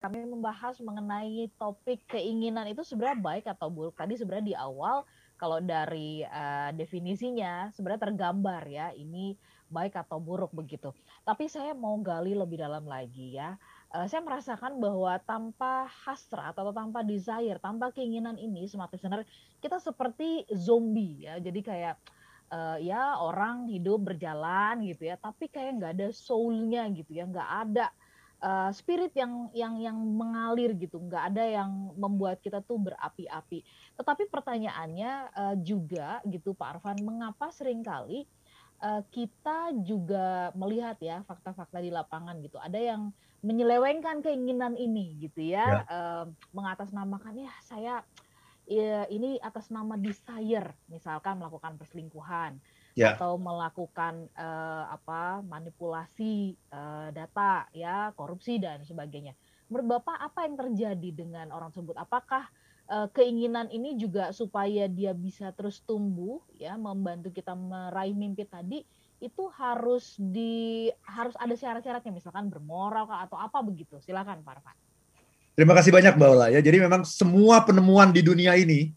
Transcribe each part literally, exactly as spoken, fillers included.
kami membahas mengenai topik keinginan itu sebenarnya baik atau buruk. Tadi sebenarnya di awal kalau dari uh, definisinya sebenarnya tergambar ya, ini baik atau buruk begitu. Tapi saya mau gali lebih dalam lagi ya. Uh, saya merasakan bahwa tanpa hasrat atau tanpa desire, tanpa keinginan ini, smart listener, kita seperti zombie ya. Jadi kayak uh, ya orang hidup berjalan gitu ya, tapi kayak nggak ada soul-nya gitu ya, nggak ada uh, spirit yang yang yang mengalir gitu, nggak ada yang membuat kita tuh berapi-api. Tetapi pertanyaannya uh, juga gitu Pak Arfan, mengapa seringkali uh, kita juga melihat ya fakta-fakta di lapangan gitu, ada yang menyelewengkan keinginan ini gitu ya, Ya. uh, mengatasnamakan ya saya ya, ini atas nama desire, misalkan melakukan perselingkuhan Ya. atau melakukan uh, apa manipulasi uh, data, ya korupsi dan sebagainya. Menurut Bapak apa yang terjadi dengan orang tersebut? Apakah uh, keinginan ini juga supaya dia bisa terus tumbuh, ya membantu kita meraih mimpi tadi itu harus di harus ada syarat-syaratnya, misalkan bermoral atau apa begitu? Silakan Pak Arfan. Terima kasih banyak Mbak Ola ya. Jadi memang semua penemuan di dunia ini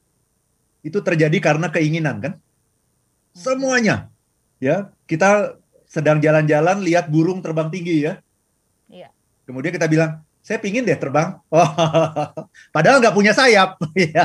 itu terjadi karena keinginan kan? Semuanya. Ya, kita sedang jalan-jalan lihat burung terbang tinggi ya. Iya. Kemudian kita bilang, saya pingin deh terbang. Oh, padahal nggak punya sayap.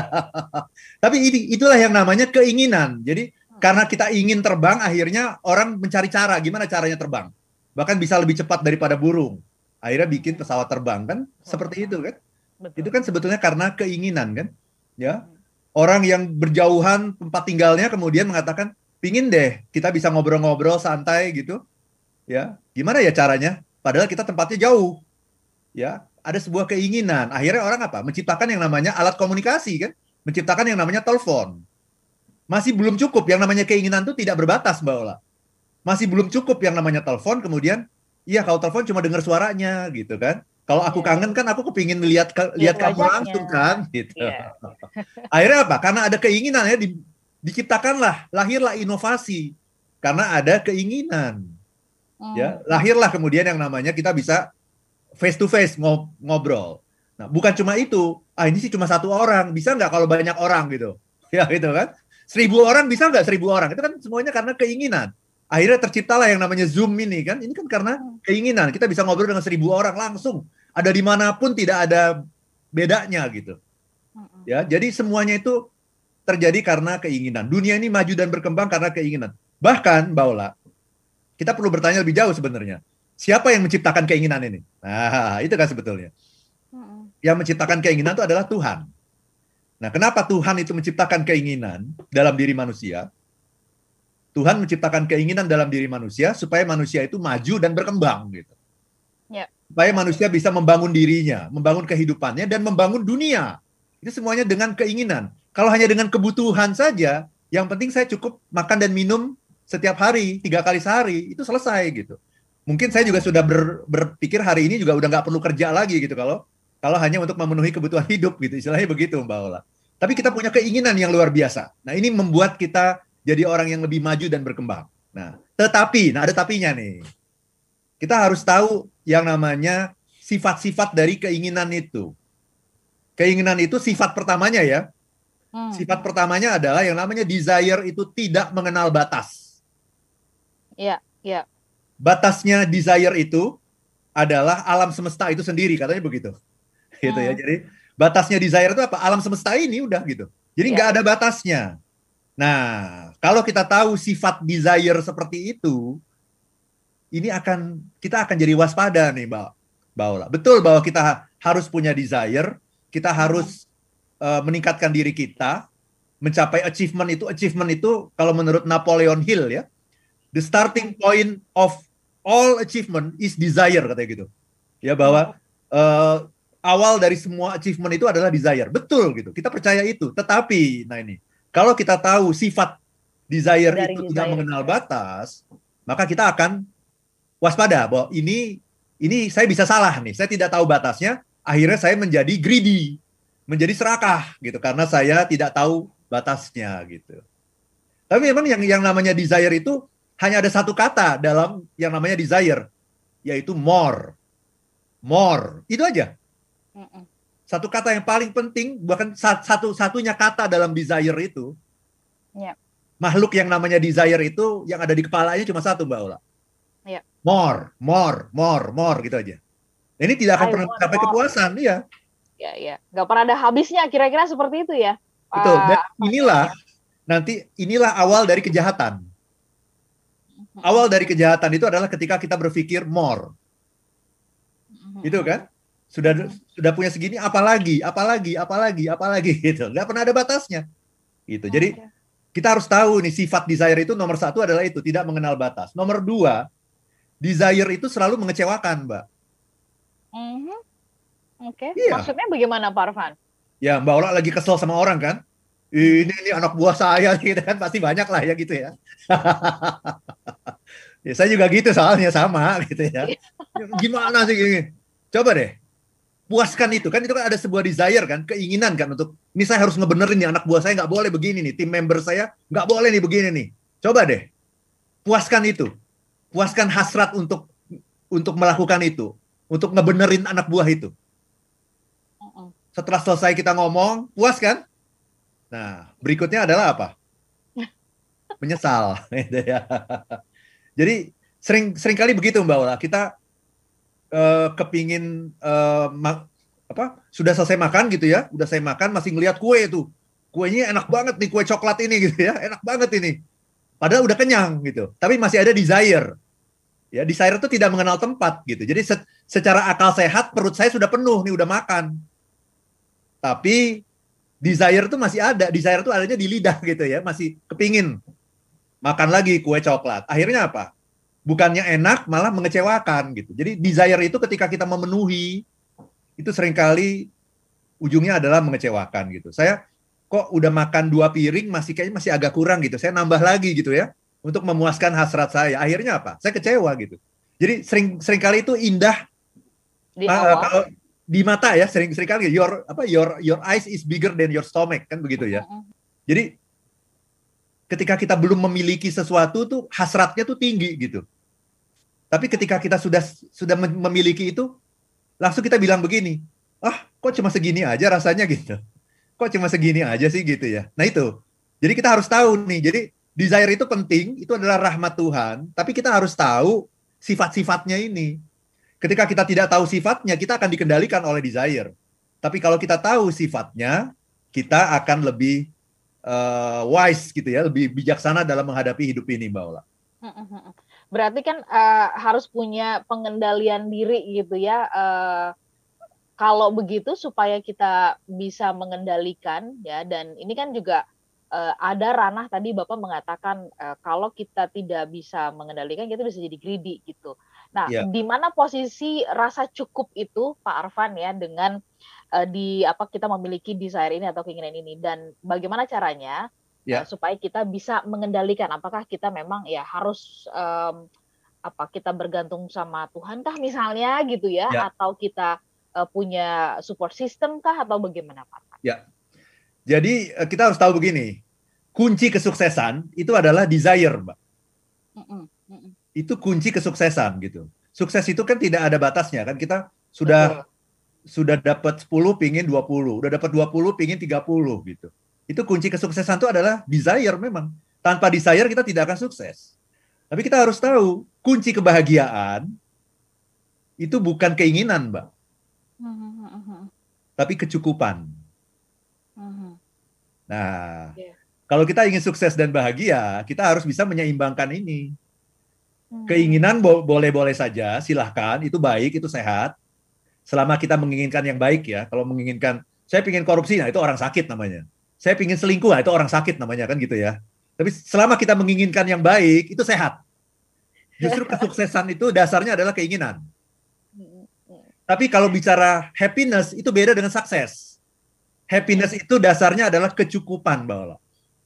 Tapi ini, itulah yang namanya keinginan. Jadi karena kita ingin terbang, akhirnya orang mencari cara gimana caranya terbang. Bahkan bisa lebih cepat daripada burung. Akhirnya bikin pesawat terbang kan, seperti itu kan. Betul. Itu kan sebetulnya karena keinginan kan. Ya, orang yang berjauhan tempat tinggalnya kemudian mengatakan, pingin deh kita bisa ngobrol-ngobrol santai gitu. Ya, gimana ya caranya? Padahal kita tempatnya jauh. Ya, ada sebuah keinginan. Akhirnya orang apa? Menciptakan yang namanya alat komunikasi kan? Menciptakan yang namanya telepon. Masih belum cukup, yang namanya keinginan itu tidak berbatas, Mbak Ola. Masih belum cukup yang namanya telepon, kemudian, iya kalau telepon cuma dengar suaranya gitu kan. Kalau aku yeah. kangen kan aku kepingin lihat lihat kamu langsung kan gitu. Yeah. Akhirnya apa? Karena ada keinginan ya, di, diciptakanlah, lahirlah inovasi. Karena ada keinginan. Mm. Ya, lahirlah kemudian yang namanya kita bisa face to face ngobrol. Nah, bukan cuma itu. Ah, ini sih cuma satu orang. Bisa nggak kalau banyak orang gitu? Ya gitu kan. Seribu orang bisa nggak seribu orang? Itu kan semuanya karena keinginan. Akhirnya terciptalah yang namanya Zoom ini kan. Ini kan karena keinginan. Kita bisa ngobrol dengan seribu orang langsung. Ada dimanapun tidak ada bedanya gitu. Ya, jadi semuanya itu terjadi karena keinginan. Dunia ini maju dan berkembang karena keinginan. Bahkan, Mbak Ola, kita perlu bertanya lebih jauh sebenarnya. Siapa yang menciptakan keinginan ini? Nah, itu kan sebetulnya. Yang menciptakan keinginan itu adalah Tuhan. Nah, kenapa Tuhan itu menciptakan keinginan dalam diri manusia? Tuhan menciptakan keinginan dalam diri manusia supaya manusia itu maju dan berkembang gitu. Ya. Supaya manusia bisa membangun dirinya, membangun kehidupannya dan membangun dunia. Itu semuanya dengan keinginan. Kalau hanya dengan kebutuhan saja, yang penting saya cukup makan dan minum setiap hari, tiga kali sehari, itu selesai gitu. Mungkin saya juga sudah ber, berpikir hari ini juga udah nggak perlu kerja lagi gitu kalau kalau hanya untuk memenuhi kebutuhan hidup gitu, istilahnya begitu Mbak Ola. Tapi kita punya keinginan yang luar biasa. Nah, ini membuat kita jadi orang yang lebih maju dan berkembang. Nah, tetapi, nah ada tapinya nih. Kita harus tahu yang namanya sifat-sifat dari keinginan itu. Keinginan itu sifat pertamanya ya. Hmm. Sifat pertamanya adalah yang namanya desire itu tidak mengenal batas. Iya, iya. Batasnya desire itu adalah alam semesta itu sendiri, katanya begitu. Gitu ya. Jadi batasnya desire itu apa? Alam semesta ini udah gitu. Jadi nggak ya. Ada batasnya. Nah, kalau kita tahu sifat desire seperti itu, ini akan kita akan jadi waspada nih, Mbak Mbak Ola. Betul bahwa kita harus punya desire, kita harus uh, meningkatkan diri kita, mencapai achievement itu. Achievement itu kalau menurut Napoleon Hill ya, the starting point of all achievement is desire, katanya gitu. Ya, bahwa uh, awal dari semua achievement itu adalah desire. Betul gitu. Kita percaya itu. Tetapi, nah ini, kalau kita tahu sifat desire dari itu desire tidak mengenal batas, maka kita akan waspada bahwa ini ini saya bisa salah nih. Saya tidak tahu batasnya. Akhirnya saya menjadi greedy, menjadi serakah gitu karena saya tidak tahu batasnya gitu. Tapi memang yang yang namanya desire itu hanya ada satu kata dalam yang namanya desire, yaitu more. More. Itu aja. Mm-mm. Satu kata yang paling penting, bahkan satu-satunya kata dalam desire itu, yeah. makhluk yang namanya desire itu, yang ada di kepalanya cuma satu, Mbak Ola. Yeah. More, more, more, more, gitu aja. Ini tidak akan I pernah sampai more. Kepuasan, iya. Ya, ya. Nggak pernah ada habisnya, kira-kira seperti itu ya. Betul, dan inilah, nanti inilah awal dari kejahatan. Awal dari kejahatan itu adalah ketika kita berpikir more. Itu kan? Sudah sudah punya segini, apalagi, apalagi, apalagi, apalagi gitu. Nggak pernah ada batasnya. Gitu. Jadi kita harus tahu nih sifat desire itu nomor satu adalah itu tidak mengenal batas. Nomor dua, desire itu selalu mengecewakan, Mbak. Mm-hmm. Oke. Okay. Iya. Maksudnya bagaimana, Pak Arfan? Ya, Mbak Ola lagi kesel sama orang kan? Ini ini anak buah saya gitu kan, pasti banyak lah ya gitu ya. Ya saya juga gitu soalnya sama gitu ya. Gimana sih gini? Coba deh. Puaskan itu, kan itu kan ada sebuah desire kan, keinginan kan untuk, ini saya harus ngebenerin nih, anak buah saya nggak boleh begini nih, tim member saya nggak boleh nih begini nih. Coba deh, puaskan itu. Puaskan hasrat untuk untuk melakukan itu, untuk ngebenerin anak buah itu. Setelah selesai kita ngomong, puas kan? Nah, berikutnya adalah apa? Menyesal. Jadi, sering sering kali begitu Mbak Ola, kita Uh, kepingin uh, apa sudah selesai makan gitu ya, udah saya makan masih ngelihat kue tuh, kuenya enak banget nih, kue coklat ini gitu ya, enak banget ini, padahal udah kenyang gitu, tapi masih ada desire ya. Desire itu tidak mengenal tempat gitu, jadi se secara akal sehat perut saya sudah penuh nih, udah makan, tapi desire itu masih ada, desire itu adanya di lidah gitu ya, masih kepingin makan lagi kue coklat. Akhirnya apa? Bukannya enak, malah mengecewakan gitu. Jadi desire itu ketika kita memenuhi, itu seringkali ujungnya adalah mengecewakan gitu. Saya kok udah makan dua piring, masih kayaknya masih agak kurang gitu. Saya nambah lagi gitu ya, untuk memuaskan hasrat saya. Akhirnya apa? Saya kecewa gitu. Jadi sering seringkali itu indah di uh, kalau di mata ya, sering seringkali your apa your your eyes is bigger than your stomach kan begitu ya. Jadi ketika kita belum memiliki sesuatu tuh hasratnya tuh tinggi gitu. Tapi ketika kita sudah sudah memiliki itu, langsung kita bilang begini, ah kok cuma segini aja rasanya gitu. Kok cuma segini aja sih gitu ya. Nah itu, jadi kita harus tahu nih, jadi desire itu penting, itu adalah rahmat Tuhan, tapi kita harus tahu sifat-sifatnya ini. Ketika kita tidak tahu sifatnya, kita akan dikendalikan oleh desire. Tapi kalau kita tahu sifatnya, kita akan lebih Uh, wise gitu ya, lebih bijaksana dalam menghadapi hidup ini, Mbak Ola. Berarti kan uh, harus punya pengendalian diri gitu ya. Uh, kalau begitu supaya kita bisa mengendalikan ya, dan ini kan juga uh, ada ranah tadi Bapak mengatakan uh, kalau kita tidak bisa mengendalikan kita bisa jadi greedy gitu. Nah, yeah. Di mana posisi rasa cukup itu, Pak Arfan ya, dengan uh, di apa kita memiliki desire ini atau keinginan ini, dan bagaimana caranya yeah. uh, supaya kita bisa mengendalikan? Apakah kita memang ya harus um, apa kita bergantung sama Tuhan kah misalnya gitu ya, yeah. atau kita uh, punya support system kah, atau bagaimana, Pak? Ya, yeah. Jadi uh, kita harus tahu begini, kunci kesuksesan itu adalah desire, Mbak. Mm-mm. Mm-mm. Itu kunci kesuksesan gitu. Sukses itu kan tidak ada batasnya kan, kita sudah Betul. sudah dapat sepuluh pingin dua puluh, udah dapat dua puluh pingin tiga puluh gitu. Itu kunci kesuksesan itu adalah desire memang. Tanpa desire kita tidak akan sukses. Tapi kita harus tahu kunci kebahagiaan itu bukan keinginan, Mbak. Uh-huh. Tapi kecukupan. Uh-huh. Nah, yeah. Kalau kita ingin sukses dan bahagia, kita harus bisa menyeimbangkan ini. Keinginan bo- boleh-boleh saja, silahkan, itu baik, itu sehat. Selama kita menginginkan yang baik ya. Kalau menginginkan, saya ingin korupsi, nah itu orang sakit namanya. Saya ingin selingkuh, nah itu orang sakit namanya kan gitu ya. Tapi selama kita menginginkan yang baik, itu sehat. Justru kesuksesan itu dasarnya adalah keinginan. Tapi kalau bicara happiness, itu beda dengan sukses. Happiness itu dasarnya adalah kecukupan, Mbak Ola.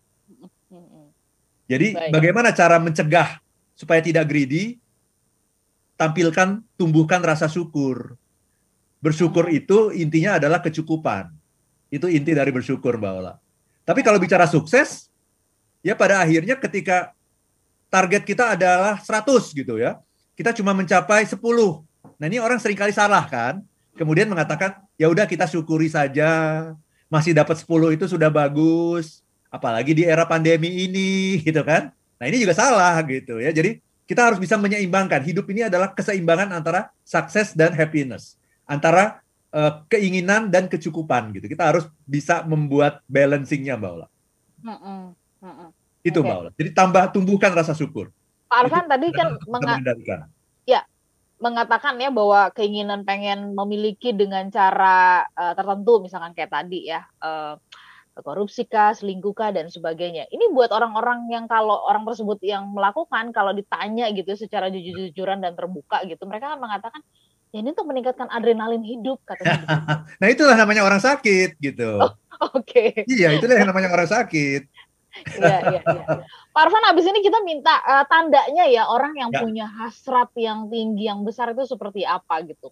Jadi baik. Bagaimana cara mencegah supaya tidak greedy? Tampilkan, tumbuhkan rasa syukur. Bersyukur itu intinya adalah kecukupan. Itu inti dari bersyukur, Mbak Ola. Tapi kalau bicara sukses, ya pada akhirnya ketika target kita adalah seratus gitu ya, kita cuma mencapai sepuluh. Nah ini orang seringkali salah kan? kemudian mengatakan, ya udah kita syukuri saja, masih dapat sepuluh itu sudah bagus, apalagi di era pandemi ini, gitu kan. Nah ini juga salah gitu ya. Jadi kita harus bisa menyeimbangkan. Hidup ini adalah keseimbangan antara sukses dan happiness, antara uh, keinginan dan kecukupan gitu. Kita harus bisa membuat balancingnya, Mbak Ola. Mm -mm. Mm -mm. Itu okay. Mbak Ola. Jadi tambah tumbuhkan rasa syukur. Pak Arfan tadi kan mengatakan, ya, mengatakan ya bahwa keinginan pengen memiliki dengan cara uh, tertentu, misalkan kayak tadi ya, uh, korupsi kah, selingkuh kah, dan sebagainya. Ini buat orang-orang yang kalau orang tersebut yang melakukan, kalau ditanya gitu secara jujur-jujuran dan terbuka gitu, mereka kan mengatakan, ya ini untuk meningkatkan adrenalin hidup, katanya gitu. Nah itulah namanya orang sakit gitu. Oh, Oke. Okay. Iya, itulah yang namanya orang sakit. Iya, iya, iya. Pak Arfan, habis ini kita minta uh, tandanya ya, orang yang ya. punya hasrat yang tinggi, yang besar itu seperti apa gitu.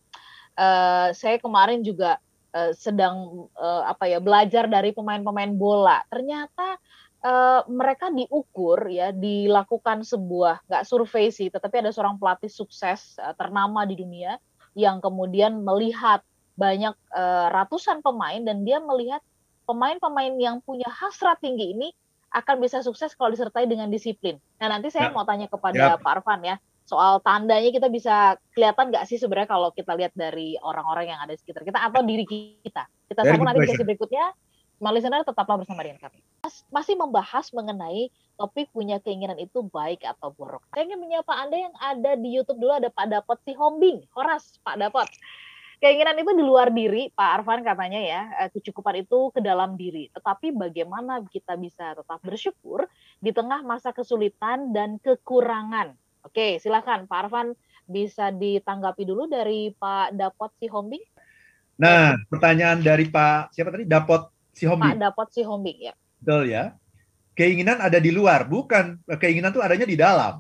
Uh, saya kemarin juga uh, sedang uh, apa ya belajar dari pemain-pemain bola. Ternyata uh, mereka diukur ya, dilakukan sebuah, nggak survei sih, tetapi ada seorang pelatih sukses uh, ternama di dunia yang kemudian melihat banyak uh, ratusan pemain dan dia melihat pemain-pemain yang punya hasrat tinggi ini akan bisa sukses kalau disertai dengan disiplin. Nah nanti saya ya. mau tanya kepada ya. Pak Arfan ya, soal tandanya kita bisa kelihatan nggak sih sebenarnya kalau kita lihat dari orang-orang yang ada di sekitar kita atau diri kita. Kita sambung nanti di sesi berikutnya. Smart listener, tetaplah bersama dengan kami. Masih membahas mengenai topik punya keinginan itu baik atau buruk. Saya ingin menyapa Anda yang ada di YouTube dulu, ada Pak Dapot si Hombing. Horas, Pak Dapot. Keinginan itu di luar diri, Pak Arfan katanya ya, kecukupan itu ke dalam diri. Tetapi bagaimana kita bisa tetap bersyukur di tengah masa kesulitan dan kekurangan? Oke, silakan Pak Arfan bisa ditanggapi dulu dari Pak Dapot Sihombing. Nah, ya. Pertanyaan dari Pak, siapa tadi? Dapot Sihombing. Pak Dapot Sihombing, ya. Betul ya. Keinginan ada di luar, bukan. Keinginan itu adanya di dalam.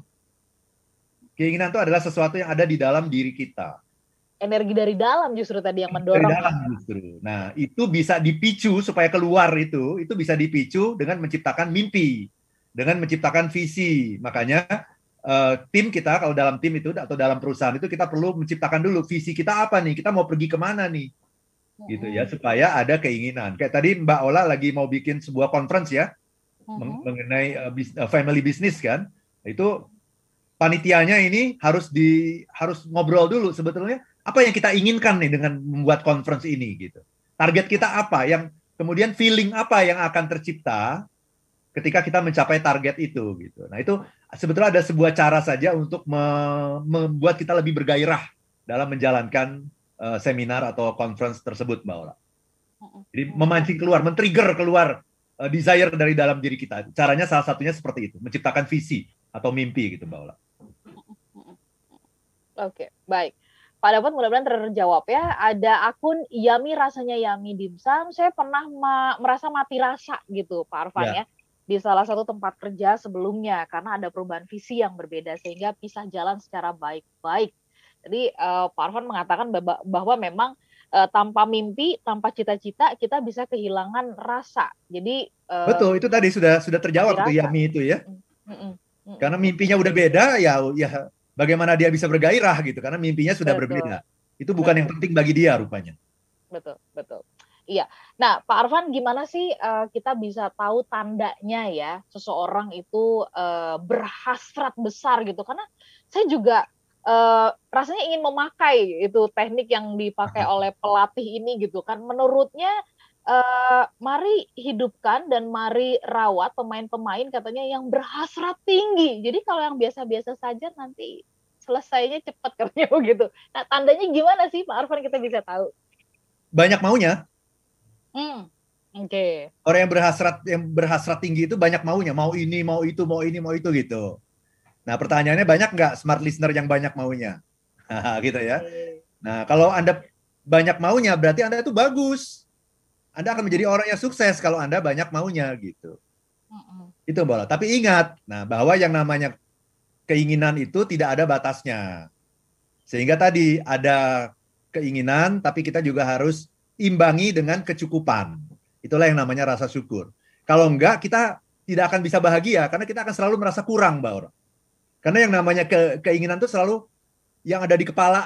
Keinginan itu adalah sesuatu yang ada di dalam diri kita. Energi dari dalam justru tadi yang mendorong. Dari dalam justru. Nah, itu bisa dipicu supaya keluar itu, itu bisa dipicu dengan menciptakan mimpi, dengan menciptakan visi. Makanya uh, tim kita kalau dalam tim itu atau dalam perusahaan itu kita perlu menciptakan dulu visi kita apa nih, kita mau pergi kemana nih, hmm. gitu ya, supaya ada keinginan. Kayak tadi Mbak Ola lagi mau bikin sebuah conference ya, hmm. mengenai uh, bis, uh, family business kan, itu panitianya ini harus di harus ngobrol dulu sebetulnya. Apa yang kita inginkan nih dengan membuat conference ini gitu. Target kita apa? Yang kemudian feeling apa yang akan tercipta ketika kita mencapai target itu gitu. Nah, itu sebetulnya ada sebuah cara saja untuk me- membuat kita lebih bergairah dalam menjalankan uh, seminar atau conference tersebut, Mbak Ola. Jadi memancing keluar, men-trigger keluar uh, desire dari dalam diri kita. Caranya salah satunya seperti itu, menciptakan visi atau mimpi gitu, Mbak Ola. Oke, baik. Pak Dapot mudah-mudahan terjawab ya. Ada akun Yami rasanya Yami Dimsum. Saya pernah ma- merasa mati rasa gitu Pak Arfan ya. ya. Di salah satu tempat kerja sebelumnya. Karena ada perubahan visi yang berbeda. Sehingga pisah jalan secara baik-baik. Jadi uh, Pak Arfan mengatakan bahwa memang uh, tanpa mimpi, tanpa cita-cita kita bisa kehilangan rasa. Jadi uh, betul, itu tadi sudah sudah terjawab tuh Yami itu ya. Mm, mm, mm, mm, Karena mimpinya udah beda ya ya bagaimana dia bisa bergairah gitu, karena mimpinya sudah betul. berbeda. Itu bukan betul. yang penting bagi dia rupanya. Betul, betul. Iya. Nah, Pak Arfan, gimana sih uh, kita bisa tahu tandanya ya seseorang itu uh, berhasrat besar gitu? Karena saya juga uh, rasanya ingin memakai itu teknik yang dipakai oleh pelatih ini gitu kan. Menurutnya uh, mari hidupkan dan mari rawat pemain-pemain katanya yang berhasrat tinggi. Jadi kalau yang biasa-biasa saja nanti selesainya cepat katanya begitu. Nah, tandanya gimana sih Pak Arfan kita bisa tahu? Banyak maunya. Hmm, oke. Okay. Orang yang berhasrat yang berhasrat tinggi itu banyak maunya, mau ini, mau itu, mau ini, mau itu gitu. Nah, pertanyaannya banyak nggak smart listener yang banyak maunya? gitu ya. Okay. Nah, kalau Anda banyak maunya berarti Anda itu bagus. Anda akan menjadi orang yang sukses kalau Anda banyak maunya gitu. Mm-mm. Itu bola. Tapi ingat, nah bahwa yang namanya keinginan itu tidak ada batasnya. Sehingga tadi ada keinginan, tapi kita juga harus imbangi dengan kecukupan. Itulah yang namanya rasa syukur. Kalau enggak, kita tidak akan bisa bahagia, karena kita akan selalu merasa kurang, Mbak Ora. Karena yang namanya ke, keinginan itu selalu yang ada di kepala,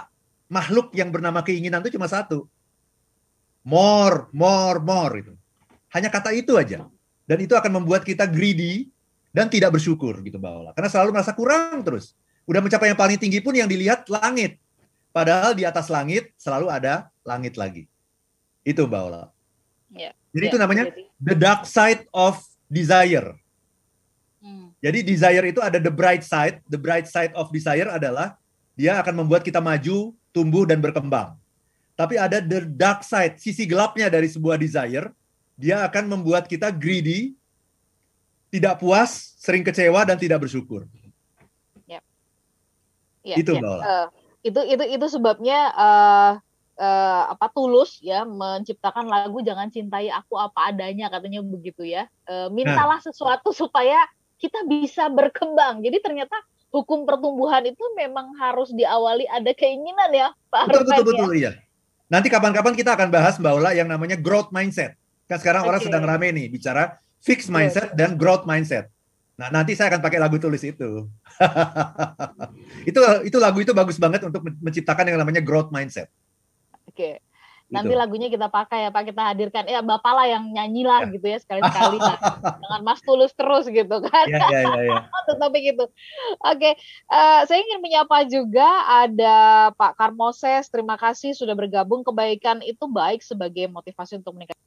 makhluk yang bernama keinginan itu cuma satu. More, more, more itu. Hanya kata itu aja. Dan itu akan membuat kita greedy dan tidak bersyukur gitu Mbak Ola. Karena selalu merasa kurang terus. Udah mencapai yang paling tinggi pun yang dilihat langit. Padahal di atas langit selalu ada langit lagi. Itu Mbak Ola. Ya, jadi ya, itu namanya jadi. The dark side of desire. Hmm. Jadi desire itu ada the bright side. The bright side of desire adalah dia akan membuat kita maju, tumbuh, dan berkembang. Tapi ada the dark side, sisi gelapnya dari sebuah desire. Dia akan membuat kita greedy, tidak puas, sering kecewa, dan tidak bersyukur. Ya. Ya, itu ya. Mbak Ola. Uh, itu itu itu sebabnya uh, uh, apa Tulus ya menciptakan lagu Jangan Cintai Aku Apa Adanya, katanya begitu ya. Uh, mintalah nah. sesuatu supaya kita bisa berkembang. Jadi ternyata hukum pertumbuhan itu memang harus diawali ada keinginan ya, Pak Betul, Arfan. Betul, betul, ya. iya. Nanti kapan-kapan kita akan bahas Mbak Ola yang namanya growth mindset. Kan sekarang okay. orang sedang rame nih bicara fixed mindset Good. dan growth mindset. Nah, nanti saya akan pakai lagu Tulus itu. itu itu lagu itu bagus banget untuk menciptakan yang namanya growth mindset. Oke. Okay. Nanti gitu. Lagunya kita pakai ya Pak, kita hadirkan ya Bapak lah yang nyanyi lah ya. Gitu ya sekali-sekali lah. Dengan Mas Tulus terus gitu kan. Iya iya iya ya. Untuk topik itu. Oke, okay. uh, saya ingin menyapa juga ada Pak Karmoses, terima kasih sudah bergabung. Kebaikan itu baik sebagai motivasi untuk meningkatkan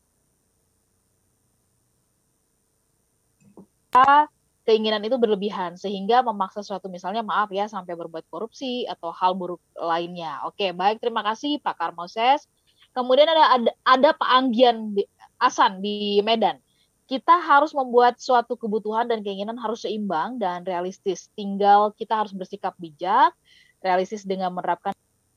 keinginan itu berlebihan sehingga memaksa suatu, misalnya maaf ya sampai berbuat korupsi atau hal buruk lainnya. Oke, baik, terima kasih Pak Karmoses. Kemudian ada ada, ada Pak Anggian di, Asan di Medan. Kita harus membuat suatu kebutuhan dan keinginan harus seimbang dan realistis. Tinggal kita harus bersikap bijak, realistis dengan menerapkan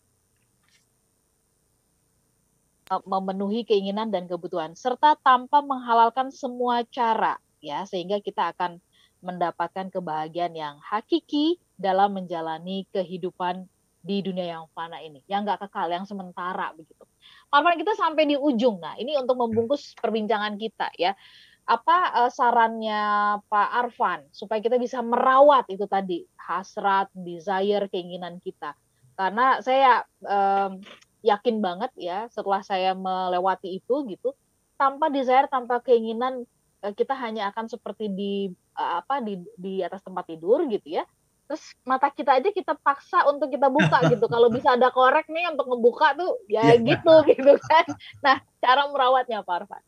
memenuhi keinginan dan kebutuhan serta tanpa menghalalkan semua cara ya, sehingga kita akan mendapatkan kebahagiaan yang hakiki dalam menjalani kehidupan di dunia yang fana ini, yang nggak kekal, yang sementara begitu. Pak Arfan, kita sampai di ujung. Nah, ini untuk membungkus perbincangan kita ya. Apa uh, sarannya Pak Arfan supaya kita bisa merawat itu tadi hasrat, desire, keinginan kita? Karena saya um, yakin banget ya setelah saya melewati itu gitu, tanpa desire, tanpa keinginan uh, kita hanya akan seperti di uh, apa di di atas tempat tidur gitu ya. Terus mata kita aja kita paksa untuk kita buka gitu. Kalau bisa ada korek nih untuk ngebuka tuh ya yeah. gitu gitu kan. Nah, cara merawatnya Pak Arfan?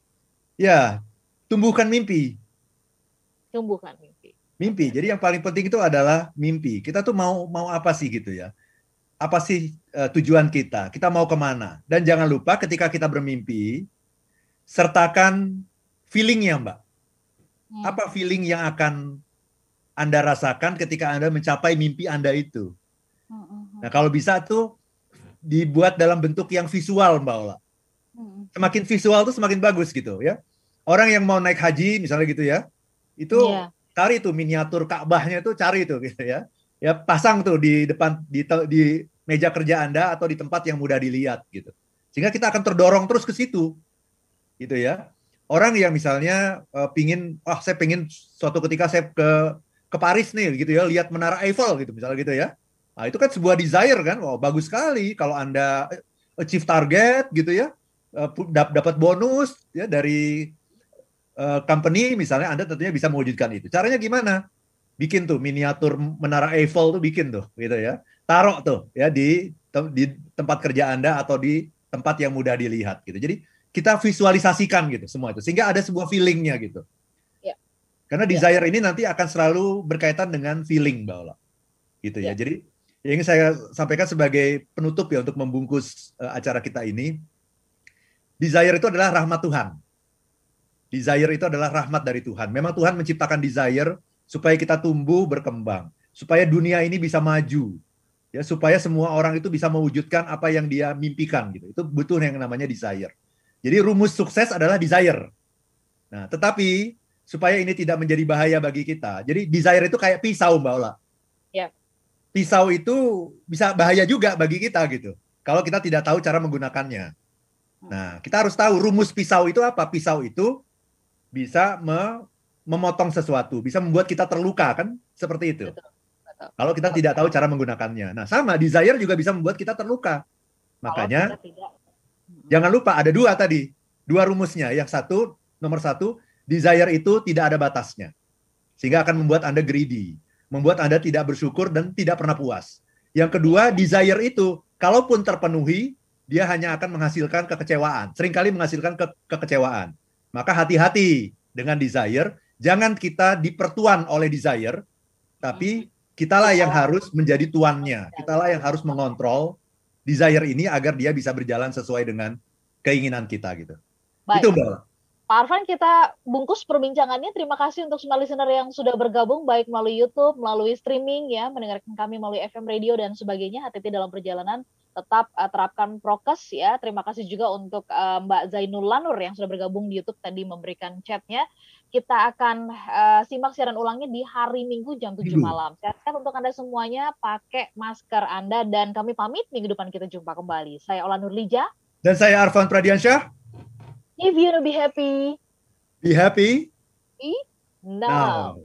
Ya, tumbuhkan mimpi. Tumbuhkan mimpi. Mimpi. Jadi yang paling penting itu adalah mimpi. Kita tuh mau mau apa sih gitu ya? Apa sih uh, tujuan kita? Kita mau kemana? Dan jangan lupa ketika kita bermimpi, sertakan feelingnya, Mbak. Hmm. Apa feeling yang akan Anda rasakan ketika Anda mencapai mimpi Anda itu? Hmm. Nah, kalau bisa tuh dibuat dalam bentuk yang visual, Mbak Ola. Hmm. Semakin visual tuh semakin bagus gitu ya. Orang yang mau naik haji misalnya gitu ya, itu yeah. cari tuh miniatur Ka'bahnya tuh, cari tuh gitu ya. Ya pasang tuh di depan di, di meja kerja Anda atau di tempat yang mudah dilihat gitu. Sehingga kita akan terdorong terus ke situ. Gitu ya. Orang yang misalnya uh, pingin, wah oh, saya pingin suatu ketika saya ke ke Paris nih gitu ya, lihat Menara Eiffel gitu misalnya gitu ya. Nah, itu kan sebuah desire kan. Wah, bagus sekali kalau Anda achieve target gitu ya. Uh, dapat bonus ya dari uh, company misalnya, Anda tentunya bisa mewujudkan itu. Caranya gimana? Bikin tuh miniatur Menara Eiffel tuh, bikin tuh gitu ya. Taruh tuh ya di di tempat kerja Anda atau di tempat yang mudah dilihat gitu. Jadi kita visualisasikan gitu semua itu sehingga ada sebuah feelingnya gitu. Ya. Karena desire ya. Ini nanti akan selalu berkaitan dengan feeling, Mbak Ola. Gitu ya. Ya. Jadi yang ingin saya sampaikan sebagai penutup ya untuk membungkus uh, acara kita ini, desire itu adalah rahmat Tuhan. Desire itu adalah rahmat dari Tuhan. Memang Tuhan menciptakan desire supaya kita tumbuh berkembang, supaya dunia ini bisa maju, ya, supaya semua orang itu bisa mewujudkan apa yang dia mimpikan gitu. Itu butuh yang namanya desire. Jadi rumus sukses adalah desire. Nah, tetapi supaya ini tidak menjadi bahaya bagi kita, jadi desire itu kayak pisau, Mbak Ola. Ya. Pisau itu bisa bahaya juga bagi kita gitu, kalau kita tidak tahu cara menggunakannya. Nah, kita harus tahu rumus pisau itu apa. Pisau itu bisa me memotong sesuatu, bisa membuat kita terluka kan, seperti itu. Betul. Kalau kita tidak tahu cara menggunakannya. Nah, sama desire juga bisa membuat kita terluka. Makanya tidak. Jangan lupa ada dua tadi, dua rumusnya. Yang satu, nomor satu, desire itu tidak ada batasnya. Sehingga akan membuat Anda greedy, membuat Anda tidak bersyukur dan tidak pernah puas. Yang kedua, desire itu kalaupun terpenuhi, dia hanya akan menghasilkan kekecewaan. Seringkali menghasilkan ke kekecewaan. Maka hati-hati dengan desire. Jangan kita dipertuan oleh desire, tapi kitalah yang harus menjadi tuannya. Kitalah yang harus mengontrol desire ini agar dia bisa berjalan sesuai dengan keinginan kita gitu. Baik. Itu Mbak. Pak Arfan, kita bungkus perbincangannya. Terima kasih untuk semua listener yang sudah bergabung baik melalui YouTube, melalui streaming ya, mendengarkan kami melalui F M radio dan sebagainya. Hati-hati dalam perjalanan, tetap uh, terapkan prokes ya. Terima kasih juga untuk uh, Mbak Zainul Lanur yang sudah bergabung di YouTube tadi memberikan chatnya. Kita akan uh, simak siaran ulangnya di hari Minggu jam tujuh malam. Sehat-sehat untuk Anda semuanya, pakai masker Anda, dan kami pamit, minggu depan kita jumpa kembali. Saya Ola Nurlija. Dan saya Arfan Pradiansyah. If you wanna be happy, be happy be now. now.